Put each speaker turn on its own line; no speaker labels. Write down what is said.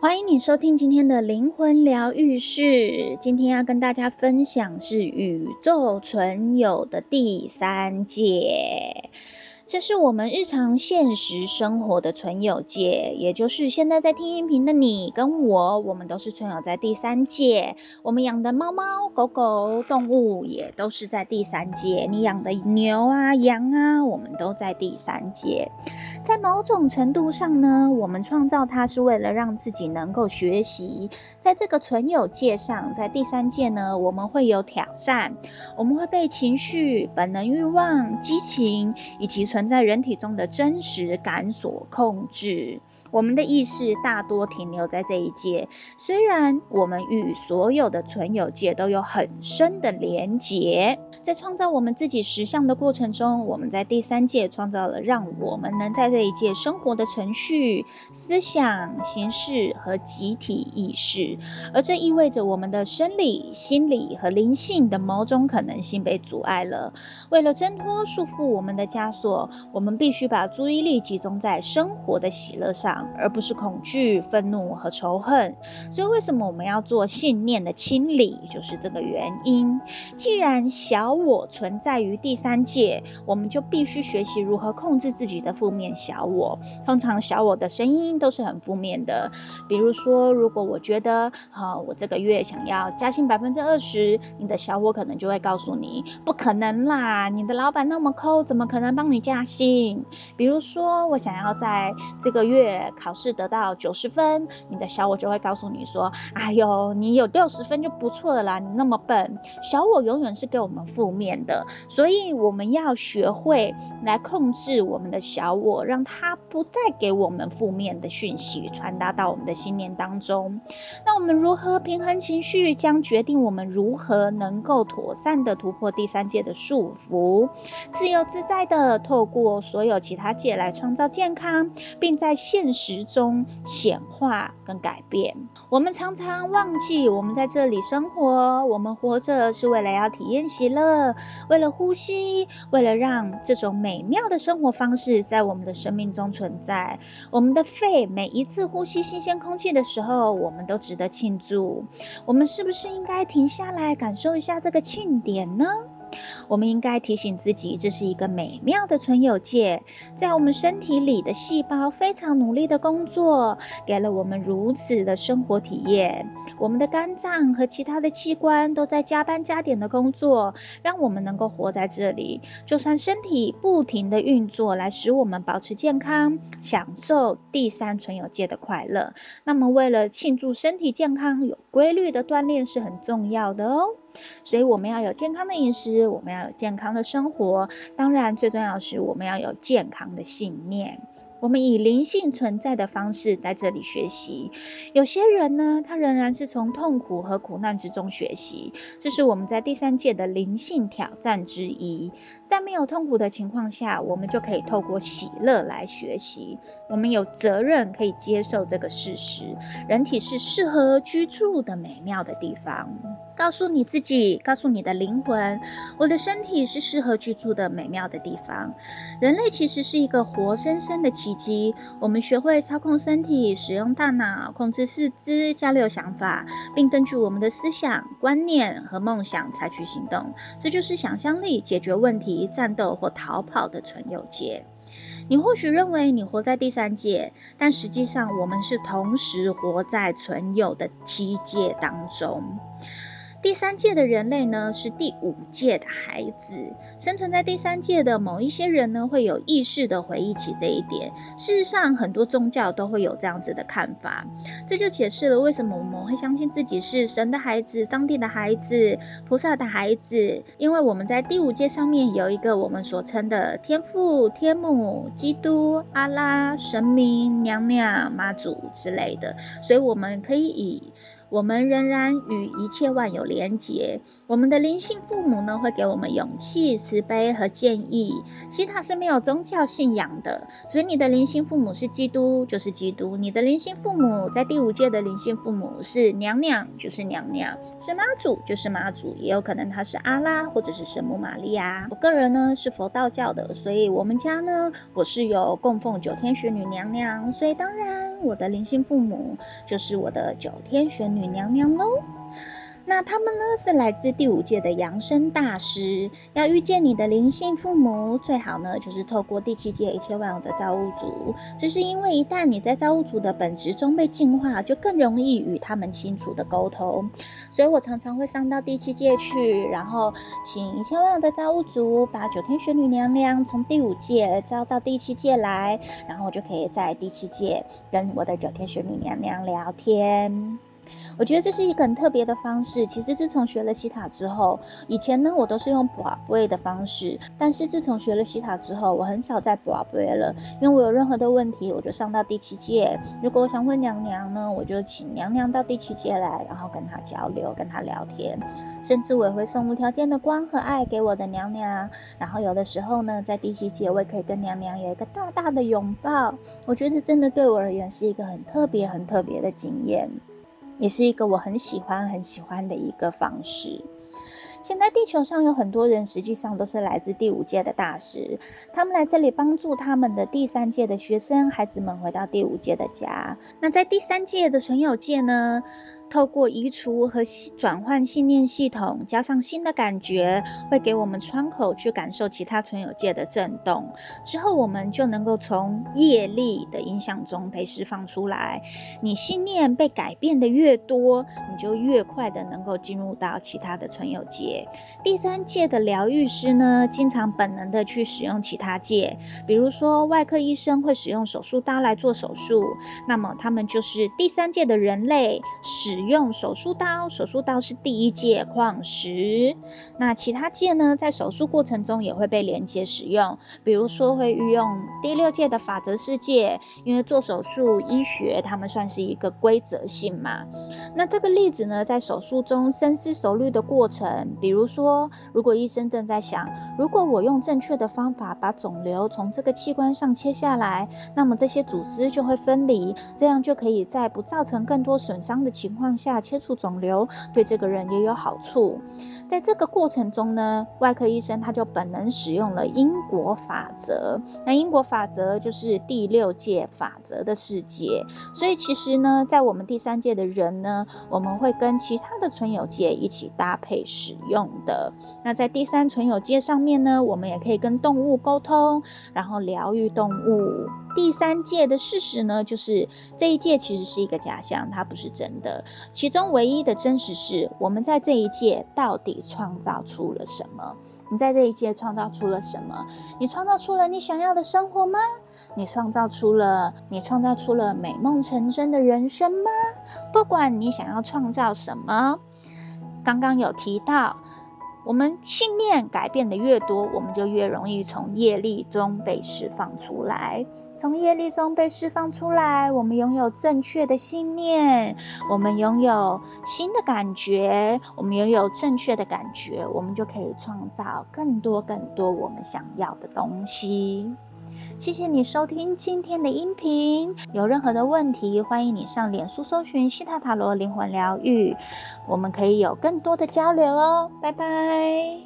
欢迎你收听今天的灵魂疗愈室。今天要跟大家分享是宇宙存有的第三界，这是我们日常现实生活的存有界，也就是现在在听音频的你跟我们都是存有在第三界。我们养的猫猫狗狗动物也都是在第三界，你养的牛啊羊啊，我们都在第三界。在某种程度上呢，我们创造它是为了让自己能够学习。在这个存有界上，在第三界呢，我们会有挑战，我们会被情绪、本能欲望、激情以及存在人体中的真实感所控制。我们的意识大多停留在这一界，虽然我们与所有的存有界都有很深的连结。在创造我们自己实相的过程中，我们在第三界创造了让我们能在这一界生活的程序、思想、形式和集体意识，而这意味着我们的生理、心理和灵性的某种可能性被阻碍了。为了挣脱束缚我们的枷锁，我们必须把注意力集中在生活的喜乐上，而不是恐惧、愤怒和仇恨。所以为什么我们要做信念的清理，就是这个原因。既然小我存在于第三界，我们就必须学习如何控制自己的负面小我。通常小我的声音都是很负面的，比如说如果我觉得我这个月想要加薪20%，你的小我可能就会告诉你，不可能啦，你的老板那么抠，怎么可能帮你加薪。比如说我想要在这个月考试得到90分，你的小我就会告诉你说，哎呦，你有60分就不错了啦，你那么笨。小我永远是给我们负面的，所以我们要学会来控制我们的小我，让它不再给我们负面的讯息传达到我们的信念当中。那我们如何平衡情绪，将决定我们如何能够妥善的突破第三界的束缚，自由自在的透过所有其他界来创造健康，并在现实中显化跟改变。我们常常忘记我们在这里生活，我们活着是为了要体验喜乐，为了呼吸，为了让这种美妙的生活方式在我们的生命中存在。我们的肺每一次呼吸新鲜空气的时候，我们都值得庆祝。我们是不是应该停下来感受一下这个庆典呢？我们应该提醒自己，这是一个美妙的存有界，在我们身体里的细胞非常努力的工作，给了我们如此的生活体验。我们的肝脏和其他的器官都在加班加点的工作，让我们能够活在这里。就算身体不停的运作来使我们保持健康，享受第三存有界的快乐，那么为了庆祝身体健康，有规律的锻炼是很重要的哦。所以我们要有健康的饮食，我们要有健康的生活，当然最重要的是我们要有健康的信念。我们以灵性存在的方式在这里学习。有些人呢，他仍然是从痛苦和苦难之中学习，这是我们在第三界的灵性挑战之一。在没有痛苦的情况下，我们就可以透过喜乐来学习。我们有责任可以接受这个事实，人体是适合居住的美妙的地方。告诉你自己，告诉你的灵魂，我的身体是适合居住的美妙的地方。人类其实是一个活生生的奇迹，我们学会操控身体，使用大脑，控制四肢，交流想法，并根据我们的思想、观念和梦想采取行动。这就是想象力解决问题、战斗或逃跑的存有界。你或许认为你活在第三界，但实际上我们是同时活在存有的7界当中。第三界的人类呢，是第5界的孩子。生存在第三界的某一些人呢，会有意识的回忆起这一点。事实上，很多宗教都会有这样子的看法。这就解释了为什么我们会相信自己是神的孩子、上帝的孩子、菩萨的孩子，因为我们在第5界上面有一个我们所称的天父、天母、基督、阿拉、神明、娘娘、妈祖之类的，所以我们可以我们仍然与一切万有连结。我们的灵性父母呢，会给我们勇气、慈悲和建议。西塔是没有宗教信仰的，所以你的灵性父母是基督，就是基督；你的灵性父母在第5界的灵性父母是娘娘，就是娘娘；是妈祖，就是妈祖，也有可能他是阿拉或者是圣母玛利亚。我个人呢是佛道教的，所以我们家呢，我是有供奉9天玄女娘娘，所以当然我的灵性父母就是我的9天玄女娘娘咯。那他们呢是来自第5届的扬升大师。要遇见你的灵性父母，最好呢就是透过第7届一切万有的造物主。这是因为一旦你在造物主的本质中被净化，就更容易与他们清楚的沟通。所以我常常会上到第7届去，然后请一切万有的造物主把9天玄女娘娘从第5届招到第7届来，然后我就可以在第7届跟我的9天玄女娘娘聊天。我觉得这是一个很特别的方式。其实自从学了西塔之后，以前呢我都是用跋杯的方式，但是自从学了西塔之后，我很少再跋杯了，因为我有任何的问题，我就上到第7届。如果我想问娘娘呢，我就请娘娘到第7届来，然后跟她交流，跟她聊天，甚至我也会送无条件的光和爱给我的娘娘。然后有的时候呢，在第7届我也可以跟娘娘有一个大大的拥抱。我觉得真的对我而言是一个很特别的经验，也是一个我很喜欢的一个方式。现在地球上有很多人实际上都是来自第5届的大师，他们来这里帮助他们的第3届的学生孩子们回到第5届的家。那在第3届的存有界呢，透过移除和转换信念系统，加上新的感觉，会给我们窗口去感受其他存有界的震动，之后我们就能够从业力的影响中被释放出来。你信念被改变的越多，你就越快的能够进入到其他的存有界。第3届的疗愈师呢，经常本能的去使用其他界，比如说外科医生会使用手术刀来做手术，那么他们就是第3届的人类使用手术刀，手术刀是第1届矿石。那其他界呢，在手术过程中也会被连接使用，比如说会运用第6届的法则世界，因为做手术医学他们算是一个规则性嘛。那这个例子呢，在手术中深思熟虑的过程，比如说如果医生正在想，如果我用正确的方法把肿瘤从这个器官上切下来，那么这些组织就会分离，这样就可以在不造成更多损伤的情况下切除肿瘤，对这个人也有好处。在这个过程中呢，外科医生他就本能使用了因果法则。那因果法则就是第6届法则的世界。所以其实呢，在我们第3届的人呢，我们会跟其他的存有界一起搭配使用的。那在第3存有界上面呢，我们也可以跟动物沟通，然后疗愈动物。第3届的事实呢，就是这一届其实是一个假象，它不是真的。其中唯一的真实是，我们在这一届到底创造出了什么？你在这一届创造出了什么？你创造出了你想要的生活吗？你创造出了美梦成真的人生吗？不管你想要创造什么，刚刚有提到，我们信念改变的越多，我们就越容易从业力中被释放出来。从业力中被释放出来，我们拥有正确的信念，我们拥有新的感觉，我们拥有正确的感觉，我们就可以创造更多我们想要的东西。谢谢你收听今天的音频，有任何的问题，欢迎你上脸书搜寻西塔塔罗灵魂疗愈，我们可以有更多的交流哦，拜拜。